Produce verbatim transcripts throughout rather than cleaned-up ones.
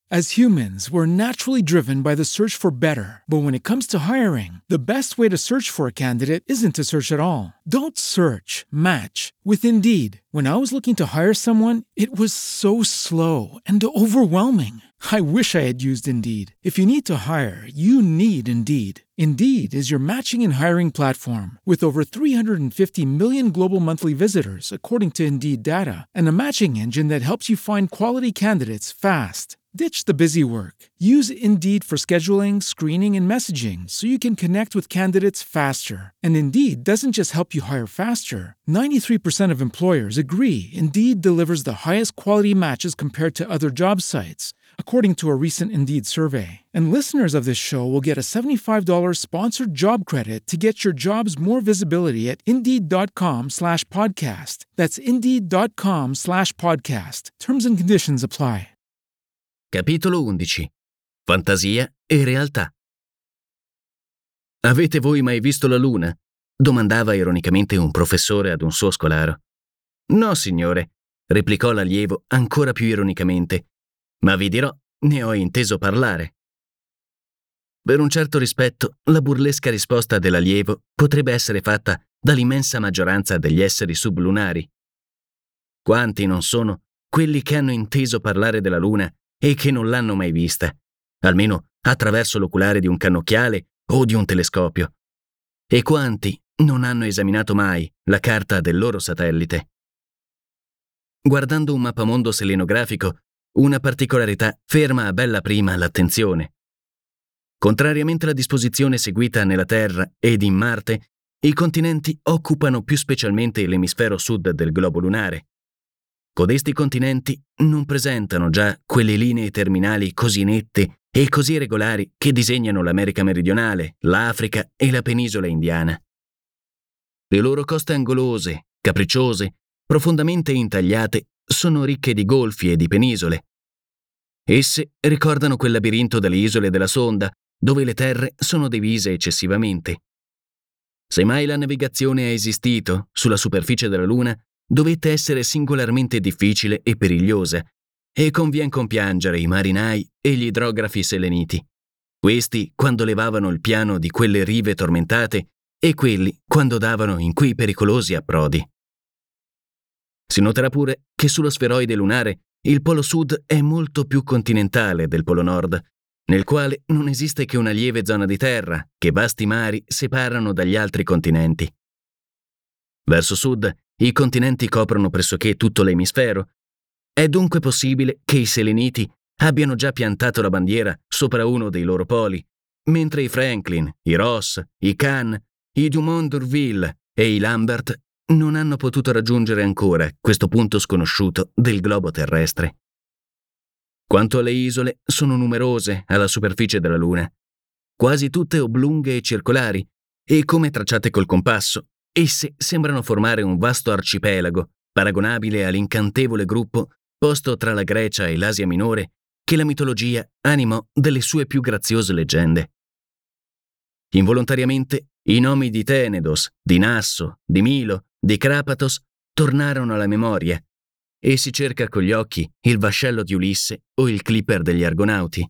As humans, we're naturally driven by the search for better. But when it comes to hiring, the best way to search for a candidate isn't to search at all. Don't search, match with Indeed. When I was looking to hire someone, it was so slow and overwhelming. I wish I had used Indeed. If you need to hire, you need Indeed. Indeed is your matching and hiring platform with over three hundred fifty million global monthly visitors, according to Indeed data, and a matching engine that helps you find quality candidates fast. Ditch the busy work. Use Indeed for scheduling, screening, and messaging so you can connect with candidates faster. And Indeed doesn't just help you hire faster. ninety-three percent of employers agree Indeed delivers the highest quality matches compared to other job sites, according to a recent Indeed survey. And listeners of this show will get a seventy-five dollars sponsored job credit to get your jobs more visibility at Indeed.com slash podcast. That's Indeed.com slash podcast. Terms and conditions apply. Capitolo undici. Fantasia e realtà. Avete voi mai visto la luna? Domandava ironicamente un professore ad un suo scolaro. No, signore, replicò l'allievo ancora più ironicamente. Ma vi dirò, ne ho inteso parlare. Per un certo rispetto, la burlesca risposta dell'allievo potrebbe essere fatta dall'immensa maggioranza degli esseri sublunari. Quanti non sono quelli che hanno inteso parlare della luna e che non l'hanno mai vista, almeno attraverso l'oculare di un cannocchiale o di un telescopio? E quanti non hanno esaminato mai la carta del loro satellite? Guardando un mappamondo selenografico, una particolarità ferma a bella prima l'attenzione. Contrariamente alla disposizione seguita nella Terra ed in Marte, i continenti occupano più specialmente l'emisfero sud del globo lunare. Codesti continenti non presentano già quelle linee terminali così nette e così regolari che disegnano l'America meridionale, l'Africa e la penisola indiana. Le loro coste angolose, capricciose, profondamente intagliate, sono ricche di golfi e di penisole. Esse ricordano quel labirinto delle isole della Sonda, dove le terre sono divise eccessivamente. Se mai la navigazione ha esistito sulla superficie della Luna, dovette essere singolarmente difficile e perigliosa, e convien compiangere i marinai e gli idrografi seleniti. Questi quando levavano il piano di quelle rive tormentate e quelli quando davano in quei pericolosi approdi. Si noterà pure che sullo sferoide lunare il polo sud è molto più continentale del polo nord, nel quale non esiste che una lieve zona di terra che vasti mari separano dagli altri continenti. Verso sud i continenti coprono pressoché tutto l'emisfero. È dunque possibile che i seleniti abbiano già piantato la bandiera sopra uno dei loro poli, mentre i Franklin, i Ross, i Kahn, i Dumont d'Urville e i Lambert non hanno potuto raggiungere ancora questo punto sconosciuto del globo terrestre. Quanto alle isole, sono numerose alla superficie della Luna, quasi tutte oblunghe e circolari, e come tracciate col compasso, esse sembrano formare un vasto arcipelago, paragonabile all'incantevole gruppo posto tra la Grecia e l'Asia minore che la mitologia animò delle sue più graziose leggende. Involontariamente i nomi di Tenedos, di Nasso, di Milo, di Crapatos tornarono alla memoria e si cerca con gli occhi il vascello di Ulisse o il clipper degli Argonauti.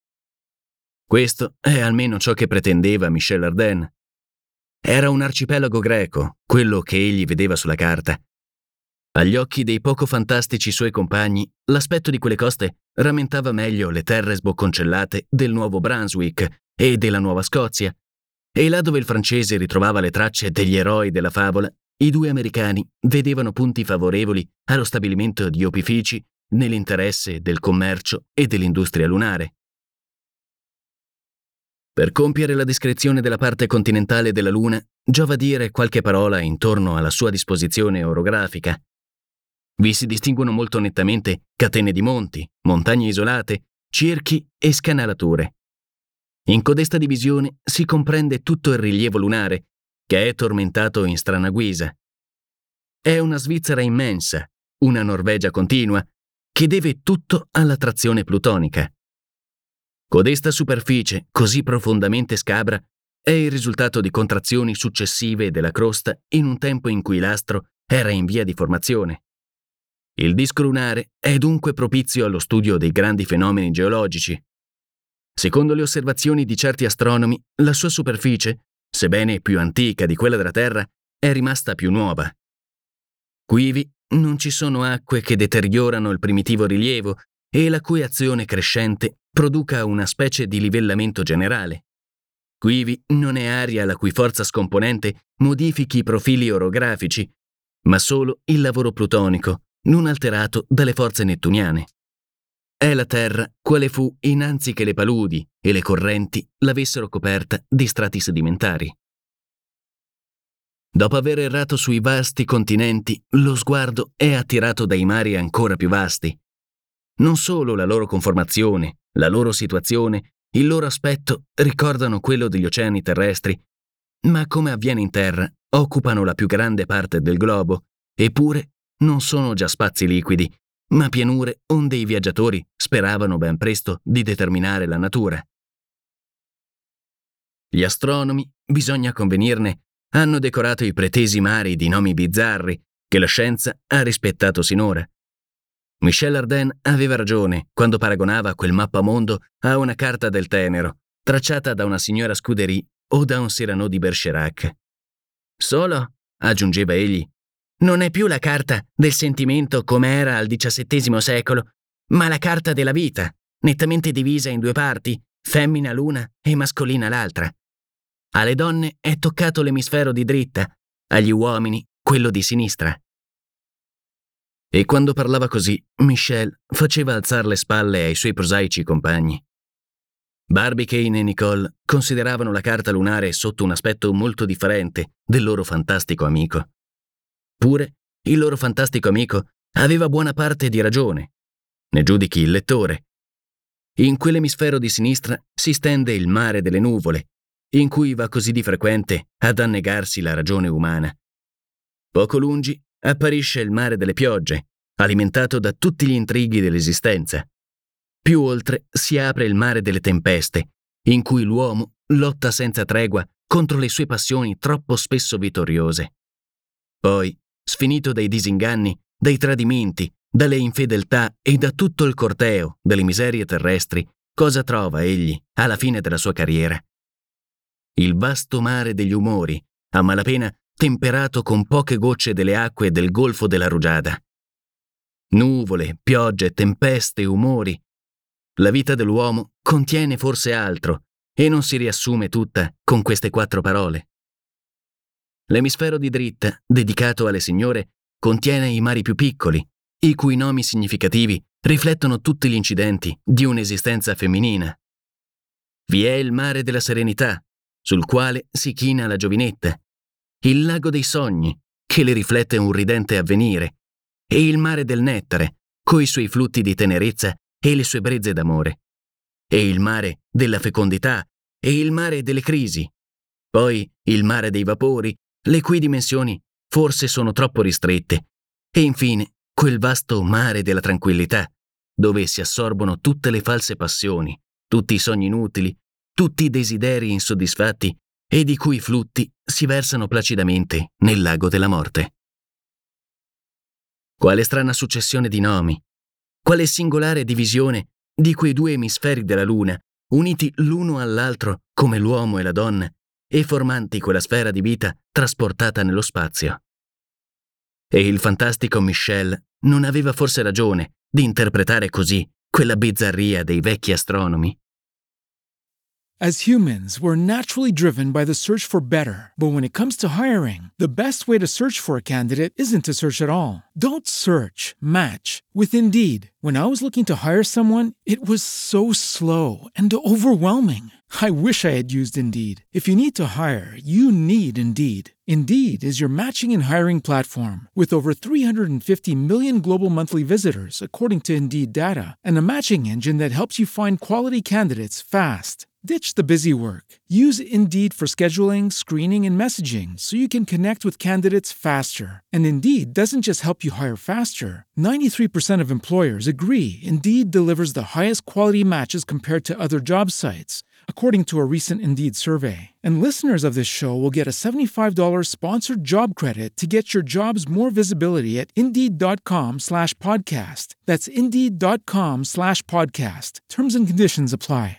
Questo è almeno ciò che pretendeva Michel Ardan. Era un arcipelago greco, quello che egli vedeva sulla carta. Agli occhi dei poco fantastici suoi compagni, l'aspetto di quelle coste rammentava meglio le terre sbocconcellate del Nuovo Brunswick e della Nuova Scozia, e là dove il francese ritrovava le tracce degli eroi della favola, i due americani vedevano punti favorevoli allo stabilimento di opifici nell'interesse del commercio e dell'industria lunare. Per compiere la descrizione della parte continentale della Luna, giova dire qualche parola intorno alla sua disposizione orografica. Vi si distinguono molto nettamente catene di monti, montagne isolate, cerchi e scanalature. In codesta divisione si comprende tutto il rilievo lunare, che è tormentato in strana guisa. È una Svizzera immensa, una Norvegia continua, che deve tutto all'attrazione plutonica. Codesta superficie, così profondamente scabra, è il risultato di contrazioni successive della crosta in un tempo in cui l'astro era in via di formazione. Il disco lunare è dunque propizio allo studio dei grandi fenomeni geologici. Secondo le osservazioni di certi astronomi, la sua superficie, sebbene più antica di quella della Terra, è rimasta più nuova. Quivi non ci sono acque che deteriorano il primitivo rilievo e la cui azione crescente produca una specie di livellamento generale. Quivi non è aria la cui forza scomponente modifichi i profili orografici, ma solo il lavoro plutonico, non alterato dalle forze nettuniane. È la Terra quale fu innanzi che le paludi e le correnti l'avessero coperta di strati sedimentari. Dopo aver errato sui vasti continenti, lo sguardo è attirato dai mari ancora più vasti. Non solo la loro conformazione, la loro situazione, il loro aspetto ricordano quello degli oceani terrestri, ma come avviene in terra, occupano la più grande parte del globo, eppure non sono già spazi liquidi, ma pianure onde i viaggiatori speravano ben presto di determinare la natura. Gli astronomi, bisogna convenirne, hanno decorato i pretesi mari di nomi bizzarri che la scienza ha rispettato sinora. Michel Ardan aveva ragione quando paragonava quel mappamondo a una carta del Tenero, tracciata da una signora Scudéry o da un Cyrano di Bergerac. Solo, aggiungeva egli, non è più la carta del sentimento come era al diciassettesimo secolo, ma la carta della vita, nettamente divisa in due parti, femmina l'una e mascolina l'altra. Alle donne è toccato l'emisfero di dritta, agli uomini quello di sinistra. E quando parlava così, Michel faceva alzar le spalle ai suoi prosaici compagni. Barbicane e Nicole consideravano la carta lunare sotto un aspetto molto differente del loro fantastico amico. Pure, il loro fantastico amico aveva buona parte di ragione. Ne giudichi il lettore. In quell'emisfero di sinistra si stende il mare delle nuvole, in cui va così di frequente ad annegarsi la ragione umana. Poco lungi apparisce il mare delle piogge, alimentato da tutti gli intrighi dell'esistenza. Più oltre si apre il mare delle tempeste, in cui l'uomo lotta senza tregua contro le sue passioni troppo spesso vittoriose. Poi, sfinito dai disinganni, dai tradimenti, dalle infedeltà e da tutto il corteo delle miserie terrestri, cosa trova egli alla fine della sua carriera? Il vasto mare degli umori, a malapena temperato con poche gocce delle acque del golfo della rugiada. Nuvole, piogge, tempeste, umori. La vita dell'uomo contiene forse altro e non si riassume tutta con queste quattro parole. L'emisfero di dritta, dedicato alle signore, contiene i mari più piccoli, i cui nomi significativi riflettono tutti gli incidenti di un'esistenza femminina. Vi è il mare della serenità, sul quale si china la giovinetta, il lago dei sogni, che le riflette un ridente avvenire, e il mare del nettare, coi suoi flutti di tenerezza e le sue brezze d'amore, e il mare della fecondità e il mare delle crisi, poi il mare dei vapori, le cui dimensioni forse sono troppo ristrette, e infine quel vasto mare della tranquillità, dove si assorbono tutte le false passioni, tutti i sogni inutili, tutti i desideri insoddisfatti e di cui i flutti si versano placidamente nel lago della morte. Quale strana successione di nomi, quale singolare divisione di quei due emisferi della luna, uniti l'uno all'altro come l'uomo e la donna, e formanti quella sfera di vita trasportata nello spazio. E il fantastico Michel non aveva forse ragione di interpretare così quella bizzarria dei vecchi astronomi? As humans, we're naturally driven by the search for better. But when it comes to hiring, the best way to search for a candidate isn't to search at all. Don't search, match with Indeed. When I was looking to hire someone, it was so slow and overwhelming. I wish I had used Indeed. If you need to hire, you need Indeed. Indeed is your matching and hiring platform with over three hundred fifty million global monthly visitors, according to Indeed data, and a matching engine that helps you find quality candidates fast. Ditch the busy work. Use Indeed for scheduling, screening, and messaging so you can connect with candidates faster. And Indeed doesn't just help you hire faster. ninety-three percent of employers agree Indeed delivers the highest quality matches compared to other job sites. according to a recent Indeed survey. And listeners of this show will get a seventy-five dollars sponsored job credit to get your jobs more visibility at Indeed.com slash podcast. That's Indeed.com slash podcast. Terms and conditions apply.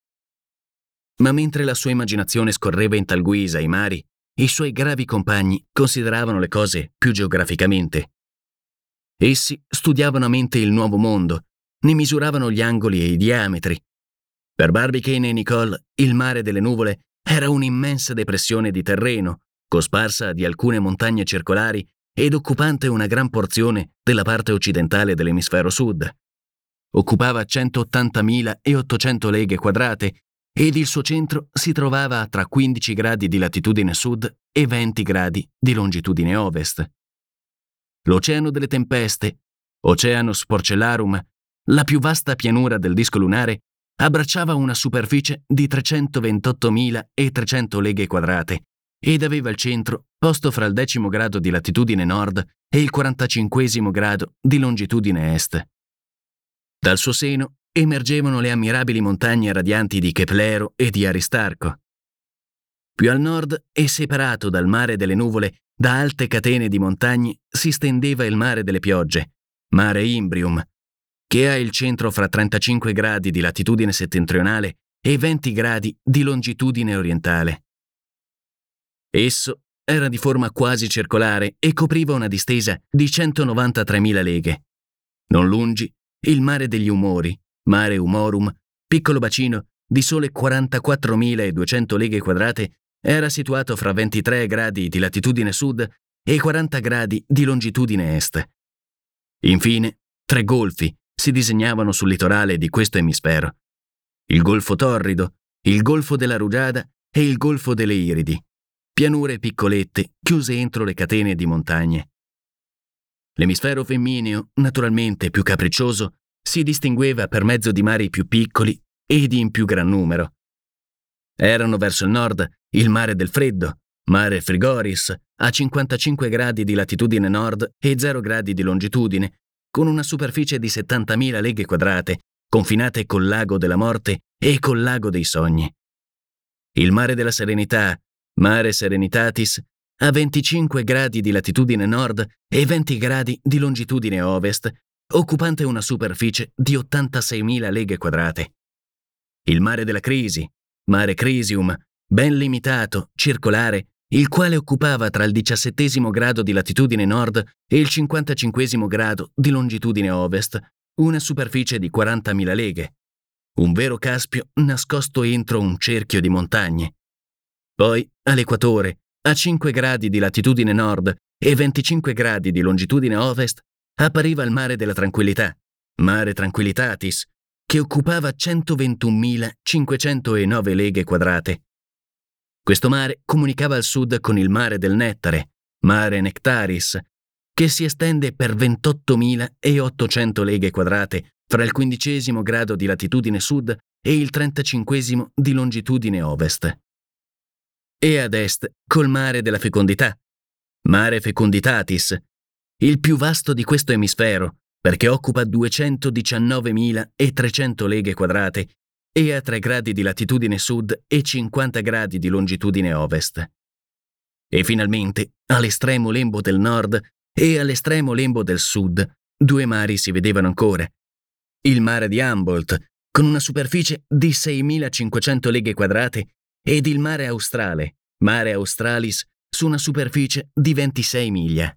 Ma mentre la sua immaginazione scorreva in tal guisa i mari, i suoi gravi compagni consideravano le cose più geograficamente. Essi studiavano a mente il nuovo mondo, ne misuravano gli angoli e i diametri. Per Barbicane e Nicholl, il mare delle nuvole era un'immensa depressione di terreno, cosparsa di alcune montagne circolari ed occupante una gran porzione della parte occidentale dell'emisfero sud. Occupava centottantamila ottocento leghe quadrate ed il suo centro si trovava tra quindici gradi di latitudine sud e venti gradi di longitudine ovest. L'Oceano delle Tempeste, Oceanus Porcellarum, la più vasta pianura del disco lunare, abbracciava una superficie di trecentoventottomilatrecento leghe quadrate ed aveva il centro posto fra il decimo grado di latitudine nord e il quarantacinquesimo grado di longitudine est. Dal suo seno emergevano le ammirabili montagne radianti di Keplero e di Aristarco. Più al nord e separato dal mare delle nuvole da alte catene di montagne si stendeva il mare delle piogge, Mare Imbrium, che ha il centro fra trentacinque gradi di latitudine settentrionale e venti gradi di longitudine orientale. Esso era di forma quasi circolare e copriva una distesa di centonovantatremila leghe. Non lungi, il mare degli Umori, Mare Umorum, piccolo bacino di sole quarantaquattromiladuecento leghe quadrate, era situato fra ventitré gradi di latitudine sud e quaranta gradi di longitudine est. Infine, tre golfi si disegnavano sul litorale di questo emisfero: il Golfo Torrido, il Golfo della Rugiada e il Golfo delle Iridi, pianure piccolette chiuse entro le catene di montagne. L'emisfero femmineo, naturalmente più capriccioso, si distingueva per mezzo di mari più piccoli ed in più gran numero. Erano verso il nord il Mare del Freddo, Mare Frigoris, a cinquantacinque gradi di latitudine nord e zero gradi di longitudine, con una superficie di settantamila leghe quadrate, confinate col Lago della Morte e col Lago dei Sogni. Il Mare della Serenità, Mare Serenitatis, a venticinque gradi di latitudine nord e venti gradi di longitudine ovest, occupante una superficie di ottantaseimila leghe quadrate. Il Mare della Crisi, Mare Crisium, ben limitato, circolare, il quale occupava tra il diciassettesimo grado di latitudine nord e il cinquantacinquesimo grado di longitudine ovest, una superficie di quarantamila leghe. Un vero Caspio nascosto entro un cerchio di montagne. Poi, all'equatore, a cinque gradi di latitudine nord e venticinque gradi di longitudine ovest, appariva il Mare della Tranquillità, Mare Tranquillitatis, che occupava centoventunomilacinquecentonove leghe quadrate. Questo mare comunicava al sud con il Mare del Nettare, Mare Nectaris, che si estende per ventottomilaottocento leghe quadrate fra il quindicesimo grado di latitudine sud e il trentacinquesimo di longitudine ovest. E ad est col Mare della Fecondità, Mare Fecunditatis, il più vasto di questo emisfero, perché occupa duecentodiciannovemilatrecento leghe quadrate e a tre gradi di latitudine sud e cinquanta gradi di longitudine ovest. E finalmente, all'estremo lembo del nord e all'estremo lembo del sud, due mari si vedevano ancora. Il Mare di Humboldt, con una superficie di seimilacinquecento leghe quadrate, ed il Mare Australe, Mare Australis, su una superficie di ventisei miglia.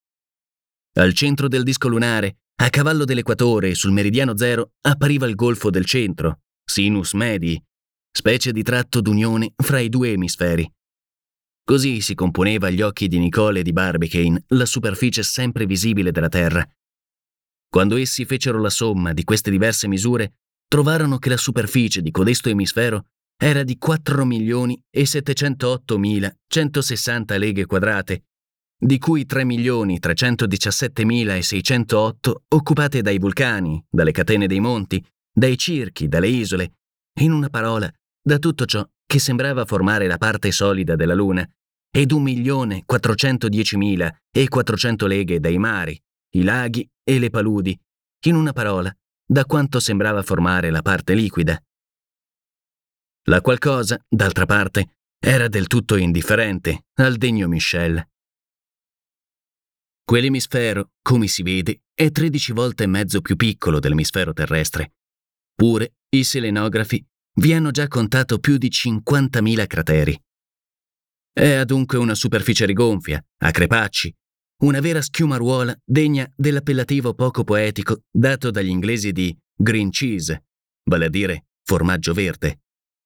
Al centro del disco lunare, a cavallo dell'equatore e sul meridiano zero, appariva il Golfo del Centro, Sinus Medii, specie di tratto d'unione fra i due emisferi. Così si componeva agli occhi di Nicholl e di Barbicane la superficie sempre visibile della Terra. Quando essi fecero la somma di queste diverse misure, trovarono che la superficie di codesto emisfero era di quattro milioni e settecentottomilacentosessanta leghe quadrate, di cui tre milioni trecentodiciassettemilaseicentotto occupate dai vulcani, dalle catene dei monti, dai circhi, dalle isole, in una parola, da tutto ciò che sembrava formare la parte solida della Luna, ed un milione quattrocentodiecimilaquattrocento leghe dai mari, i laghi e le paludi, in una parola, da quanto sembrava formare la parte liquida. La qualcosa, d'altra parte, era del tutto indifferente al degno Michel. Quell'emisfero, come si vede, è tredici volte e mezzo più piccolo dell'emisfero terrestre. Pure i selenografi vi hanno già contato più di cinquantamila crateri. È adunque una superficie rigonfia, a crepacci, una vera schiumaruola degna dell'appellativo poco poetico dato dagli inglesi di green cheese, vale a dire formaggio verde.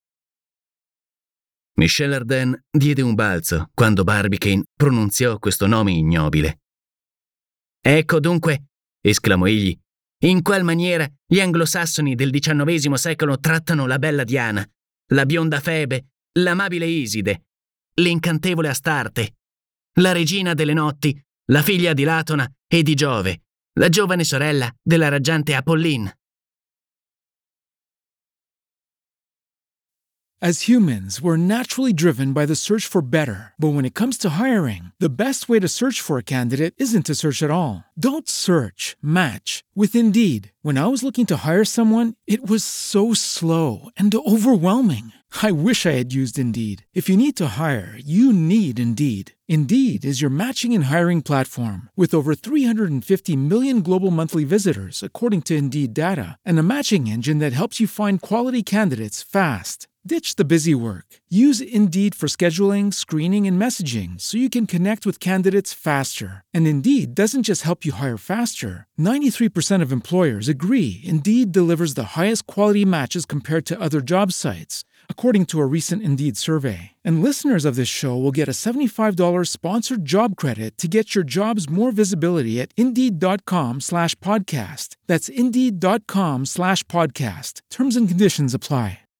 Michel Ardan diede un balzo quando Barbicane pronunziò questo nome ignobile. «Ecco dunque», esclamò egli, «in qual maniera gli anglosassoni del diciannovesimo secolo trattano la bella Diana, la bionda Febe, l'amabile Iside, l'incantevole Astarte, la regina delle notti, la figlia di Latona e di Giove, la giovane sorella della raggiante Apolline». As humans, we're naturally driven by the search for better. But when it comes to hiring, the best way to search for a candidate isn't to search at all. Don't search, match with Indeed. When I was looking to hire someone, it was so slow and overwhelming. I wish I had used Indeed. If you need to hire, you need Indeed. Indeed is your matching and hiring platform with over three hundred fifty million global monthly visitors, according to Indeed data, and a matching engine that helps you find quality candidates fast. Ditch the busy work. Use Indeed for scheduling, screening, and messaging so you can connect with candidates faster. And Indeed doesn't just help you hire faster. ninety-three percent of employers agree Indeed delivers the highest quality matches compared to other job sites, according to a recent Indeed survey. And listeners of this show will get a seventy-five dollars sponsored job credit to get your jobs more visibility at Indeed.com slash podcast. That's Indeed.com slash podcast. Terms and conditions apply.